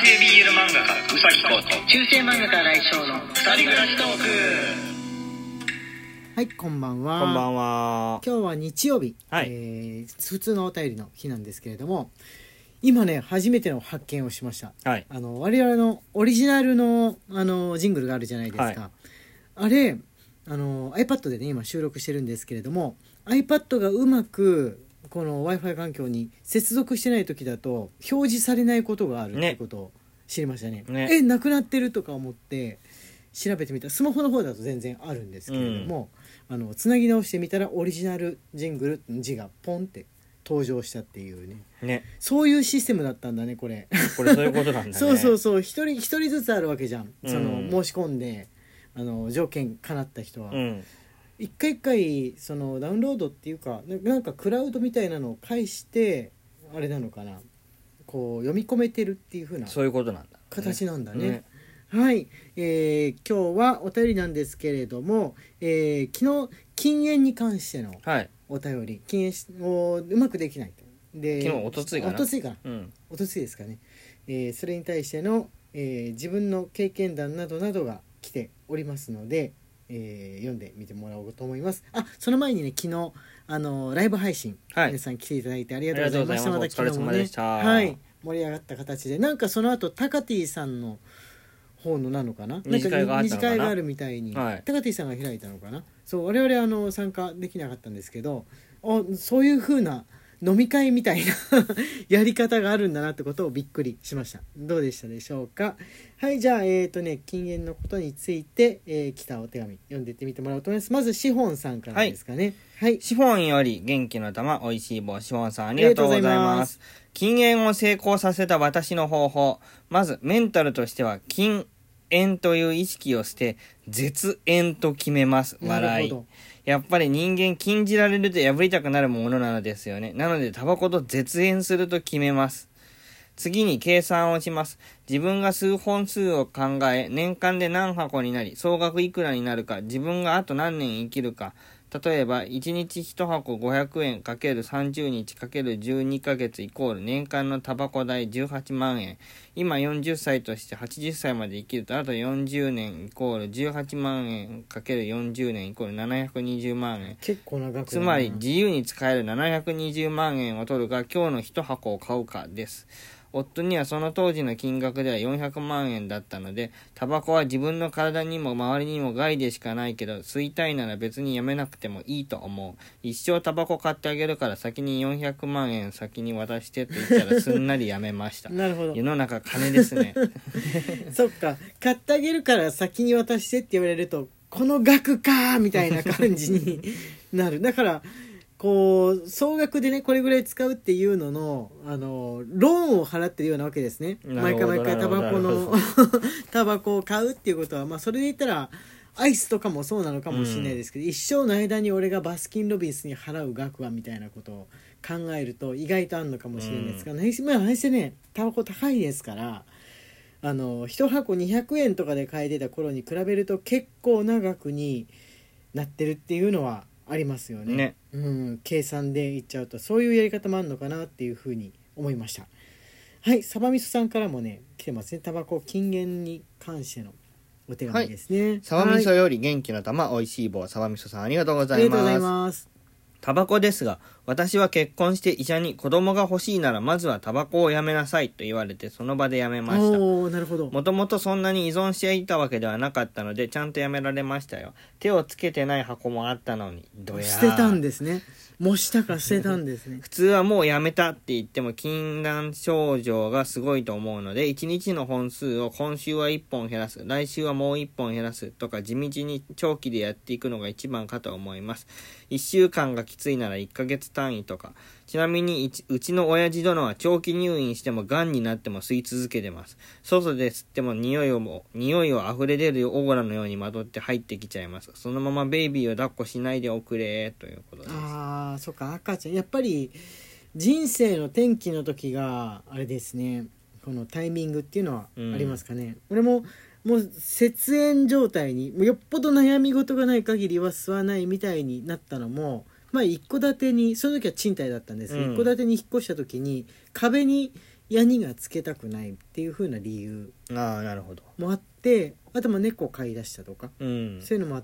系 BL 漫画家うさぎこと中世漫画家来翔の二人暮らしトーク。 はい、こんばんは。 こんばんは。 今日は日曜日、 はい普通のお便りの日なんですけれども、今ね初めての発見をしました。 はい。 我々のオリジナルのジングルがあるじゃないですか、 はい、 あれiPad でね今収録してるんですけれども、 iPad がうまくこの Wi-Fi 環境に接続してない時だと表示されないことがあるっていうことを知りましたね。なくなってるとか思って調べてみたら、スマホの方だと全然あるんですけれども、つなぎ直してみたらオリジナルジングルの字がポンって登場したっていうね。そういうシステムだったんだねこれそういうことなんだねそう一人ずつあるわけじゃん、申し込んで条件叶った人は、一回一回そのダウンロードっていうかなんかクラウドみたいなのを介してあれなのかな、こう読み込めてるっていう風なそういうことなんだ、 形なんだね。はい、今日はお便りなんですけれども、昨日禁煙に関してのお便り、禁煙をうまくできないと。で昨日おとついかな、 おとついですかね、それに対しての、自分の経験談などなどが来ておりますので、読んでみてもらおうと思います。その前にね、昨日ライブ配信、皆さん来ていただいてありがとうございました。また昨日もね、盛り上がった形で、なんかその後タカティさんの方のなのかな、二次会があるみたいに、タカティさんが開いたのかな。そう我々参加できなかったんですけど、そういう風な飲み会みたいなやり方があるんだなってことをびっくりしました。どうでしたでしょうか。はい、じゃあ禁煙のことについて、来たお手紙読んでいってみてもらおうと思います。まずシフォンさんからですかね。はい、 シフォンより元気の玉おいしい棒、シフォンさんありがとうございます。禁煙を成功させた私の方法。まずメンタルとしては禁煙という意識を捨て絶煙と決めます。笑い。やっぱり人間禁じられると破りたくなるものなのですよね。なのでタバコと絶煙すると決めます。次に計算をします。自分が吸う本数を考え、年間で何箱になり、総額いくらになるか、自分があと何年生きるか。例えば、1日1箱500円 ×30 日 ×12 ヶ月イコール年間のタバコ代18万円。今40歳として80歳まで生きると、あと40年イコール18万円 ×40 年イコール720万円。 結構な額だな。 つまり、自由に使える720万円を取るか、今日の1箱を買うかです。夫にはその当時の金額では400万円だったので、タバコは自分の体にも周りにも害でしかないけど、吸いたいなら別にやめなくてもいいと思う。一生タバコ買ってあげるから先に400万円先に渡してと言ったらすんなりやめましたなるほど。 世の中金ですねそっか、買ってあげるから先に渡してって言われると、この額かみたいな感じになる。だからこう総額でねこれぐらい使うっていうののローンを払ってるようなわけですね。毎回タバコを買うっていうことは、それで言ったらアイスとかもそうなのかもしれないですけど、一生の間に俺がバスキンロビンスに払う額はみたいなことを考えると意外とあるのかもしれないですが、何せねタバコ高いですから、1箱200円とかで買えてた頃に比べると結構な額になってるっていうのはありますよね。計算でいっちゃうとそういうやり方もあるのかなっていうふうに思いました。はい、サバミソさんからもね来てますね。タバコ禁煙に関してのお手紙ですね。 サバミソより元気の玉おいしい棒、サバミソさんありがとうございます。 ありがとうございます。 タバコですが、私は結婚して医者に子供が欲しいならまずはタバコをやめなさいと言われてその場でやめました。 なるほど。 もともとそんなに依存していたわけではなかったのでちゃんとやめられましたよ。手をつけてない箱もあったのに捨てたんですね。もしたか捨てたんですね。 普通はもうやめたって言っても禁断症状がすごいと思うので、1日の本数を今週は1本減らす、来週はもう1本減らすとか地道に長期でやっていくのが一番かと思います。1週間がきついなら1ヶ月単位とか。ちなみにうちの親父殿は長期入院しても癌になっても吸い続けてます。外で吸っても匂いを溢れ出るオーラのようにまとって入ってきちゃいます。そのままベイビーを抱っこしないでおくれということです。 そっか、赤ちゃんやっぱり人生の転機の時があれですね、このタイミングっていうのはありますかね。俺もう絶縁状態によっぽど悩み事がない限りは吸わないみたいになったのも、一戸建てにその時は賃貸だったんです、一戸建てに引っ越した時に壁にヤニがつけたくないっていう風な理由ああなるほど。 もあって、あと猫を飼い出したとか、 うんそういうのもあって、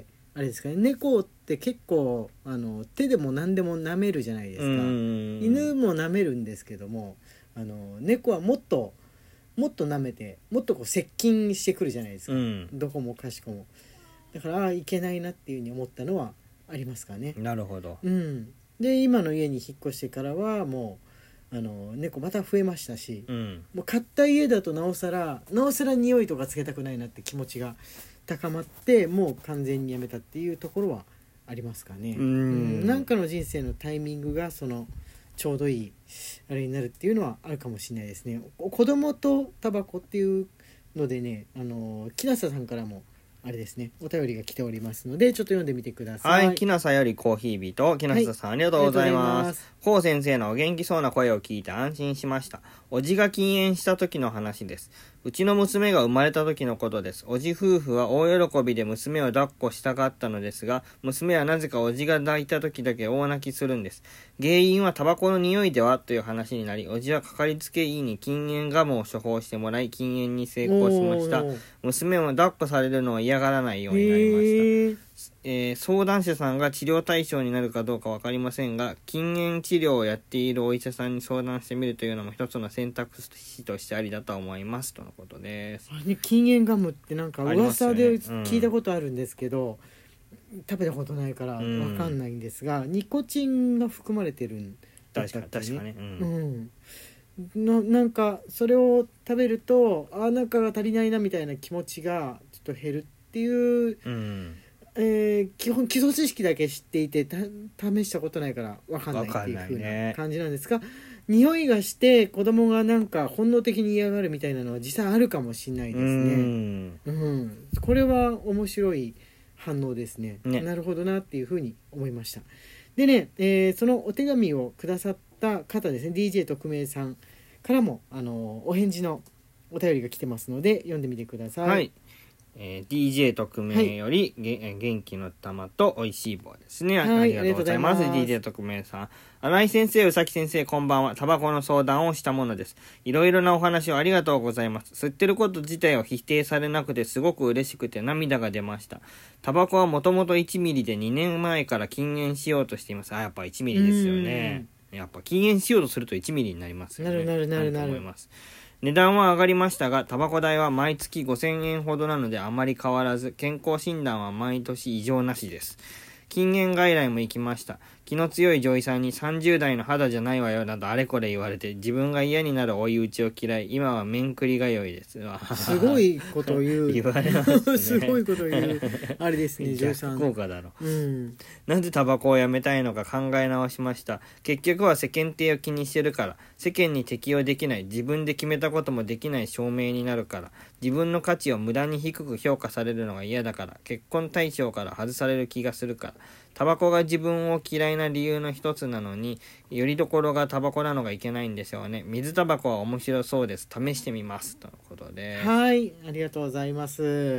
あれですかね、猫って結構手でも何でも舐めるじゃないですか。犬も舐めるんですけども、猫はもっと舐めて、もっとこう接近してくるじゃないですか、どこもかしこも。だからいけないなっていう風に思ったのはありますかね。 なるほど。 で今の家に引っ越してからはもう猫また増えましたし、もう買った家だとなおさら匂いとかつけたくないなって気持ちが高まって、もう完全にやめたっていうところはありますかね。なんかの人生のタイミングがちょうどいいあれになるっていうのはあるかもしれないですね。子供とタバコっていうのでね、木下さんからもあれですね、お便りが来ておりますので、ちょっと読んでみてください。 はい、木下よりコーヒー人、木下さん、ありがとうございます。コウ先生のお元気そうな声を聞いて安心しました。おじが禁煙した時の話です。うちの娘が生まれた時のことです。おじ夫婦は大喜びで娘を抱っこしたかったのですが、娘はなぜかおじが抱いた時だけ大泣きするんです。原因はタバコの匂いではという話になり、おじはかかりつけ医に禁煙ガムを処方してもらい、禁煙に成功しました。娘も抱っこされるのを嫌がらないようになりました。相談者さんが治療対象になるかどうか分かりませんが、禁煙治療をやっているお医者さんに相談してみるというのも一つの選択肢としてありだと思いますとのことです。 禁煙ガムってなんか噂で聞いたことあるんですけど、食べたことないから分かんないんですが、ニコチンが含まれてるんだったっけね。確かね、なんかそれを食べるとなんかが足りないなみたいな気持ちがちょっと減るっていう、基礎知識だけ知っていて試したことないから分かんないっていう風な感じなんですが、匂いがして子供がなんか本能的に嫌がるみたいなのは実際あるかもしれないですね。これは面白い反応ですね。なるほどなっていう風に思いました。でね、そのお手紙をくださった方ですね、 DJ 特命さんからもお返事のお便りが来てますので読んでみてください。 はい、DJ 特命より、元気の玉と美味しい棒ですね、ありがとうございます。 DJ 特命さん、新井先生、宇崎先生、こんばんは。タバコの相談をしたものです。いろいろなお話をありがとうございます。吸ってること自体を否定されなくてすごく嬉しくて涙が出ました。タバコはもともと1ミリで2年前から禁煙しようとしています。やっぱ1ミリですよね。やっぱ禁煙しようとすると1ミリになりますよね。なると思います。値段は上がりましたが、タバコ代は毎月5000円ほどなのであまり変わらず、健康診断は毎年異常なしです。禁煙外来も行きました。気の強い女医さんに30代の肌じゃないわよなどあれこれ言われて、自分が嫌になる追い打ちを嫌い、今は面繰り通いです。 すごいこと言う言われますねすごいこと言うあれですね、女医さん。 逆効果だろ、なぜタバコをやめたいのか考え直しました。結局は世間体を気にしてるから、世間に適応できない、自分で決めたこともできない証明になるから、自分の価値を無駄に低く評価されるのが嫌だから、結婚対象から外される気がするから、タバコが自分を嫌いな理由の一つなのに、よりどころがタバコなのがいけないんでしょうね。水タバコは面白そうです。試してみますとのことで。 はい、ありがとうございます。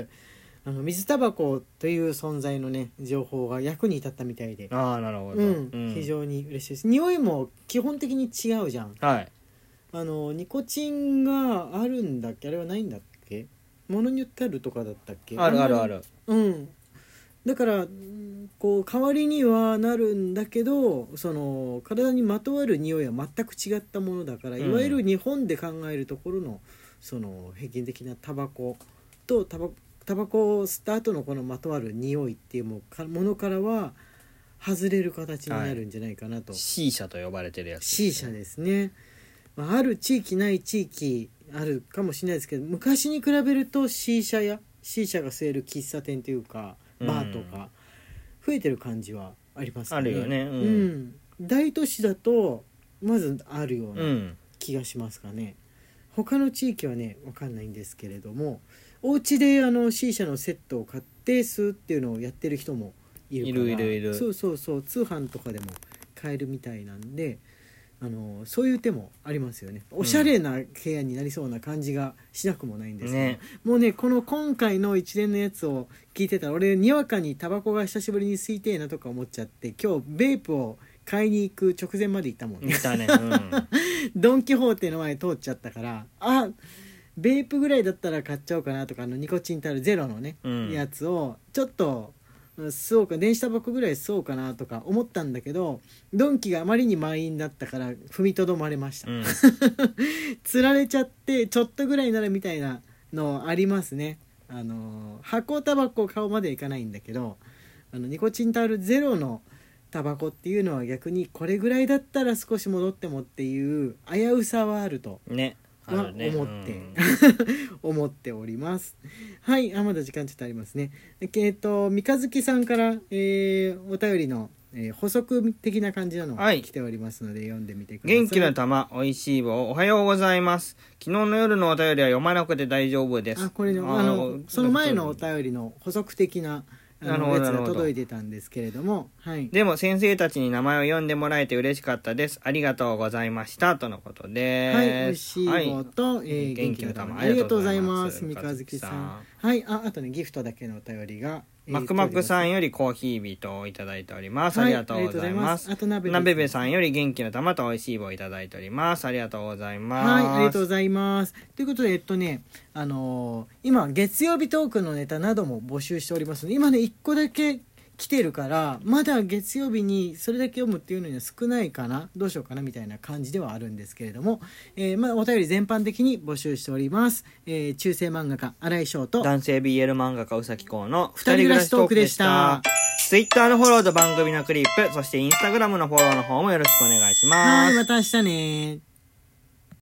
水タバコという存在のね情報が役に立ったみたいで、 なるほど、 非常に嬉しいです。匂いも基本的に違うじゃん。ニコチンがあるんだっけ、あれはないんだっけ、ものによってあるとかだったっけ。 ある、 だからこう代わりにはなるんだけど、体にまとわる匂いは全く違ったものだから、いわゆる日本で考えるところの平均的なタバコとタバコを吸った後のこのまとわる匂いっていうものからは外れる形になるんじゃないかなと。 C 社と呼ばれてるやつ、 C 社ですね。ある地域ない地域あるかもしれないですけど、昔に比べると C 社が吸える喫茶店というかバーとか増えてる感じはありますね。 あるよね、 大都市だとまずあるような気がしますかね。他の地域はね分かんないんですけれども、お家でC 社のセットを買って吸うっていうのをやってる人もいるから、 いるそう通販とかでも買えるみたいなんで、そういう手もありますよね。おしゃれな部屋になりそうな感じがしなくもないんですけど、もうねこの今回の一連のやつを聞いてたら、俺にわかにタバコが久しぶりに吸いてえなとか思っちゃって、今日ベープを買いに行く直前まで行ったもんね見たね、 ドン・キホーテの前通っちゃったから、ベープぐらいだったら買っちゃおうかなとか、ニコチンタルゼロのね、やつをちょっと吸おうか、電子タバコぐらい吸おうかなとか思ったんだけど、ドンキがあまりに満員だったから踏みとどまれました、釣られちゃって、ちょっとぐらいならみたいなのありますね。箱タバコを買うまでいかないんだけど、ニコチンタールゼロのタバコっていうのは逆にこれぐらいだったら少し戻ってもっていう危うさはあるとね、 は思って、思っております。はい、まだ時間ちょっとありますね。三日月さんから、お便りの、補足的な感じなのが来ておりますので、読んでみてください。 元気の玉おいしい棒おはようございます。昨日の夜のお便りは読まなくて大丈夫です。 これその前のお便りの補足的なやつが届いてたんですけれども、はい、 でも先生たちに名前を読んでもらえて嬉しかったです。ありがとうございましたとのことです。 はい、おいしい棒と、元気の玉ありがとうございます。三日月さん。はい、あとねギフトだけのお便りが、 マクマクさんよりコーヒービートをいただいております。ありがとうございます。 あとなべべさんより元気の玉とおいしい棒をいただいております。ありがとうございます。 はい、ありがとうございます。ということで今月曜日トークのネタなども募集しておりますので、今ね1個だけ来てるからまだ月曜日にそれだけ読むっていうのには少ないかな、どうしようかなみたいな感じではあるんですけれども、お便り全般的に募集しております。中世漫画家新井翔と男性 BL 漫画家宇崎公の二人暮らしトークでした。 Twitter のフォローと番組のクリップ、そして Instagram のフォローの方もよろしくお願いします。 はい、また明日ね。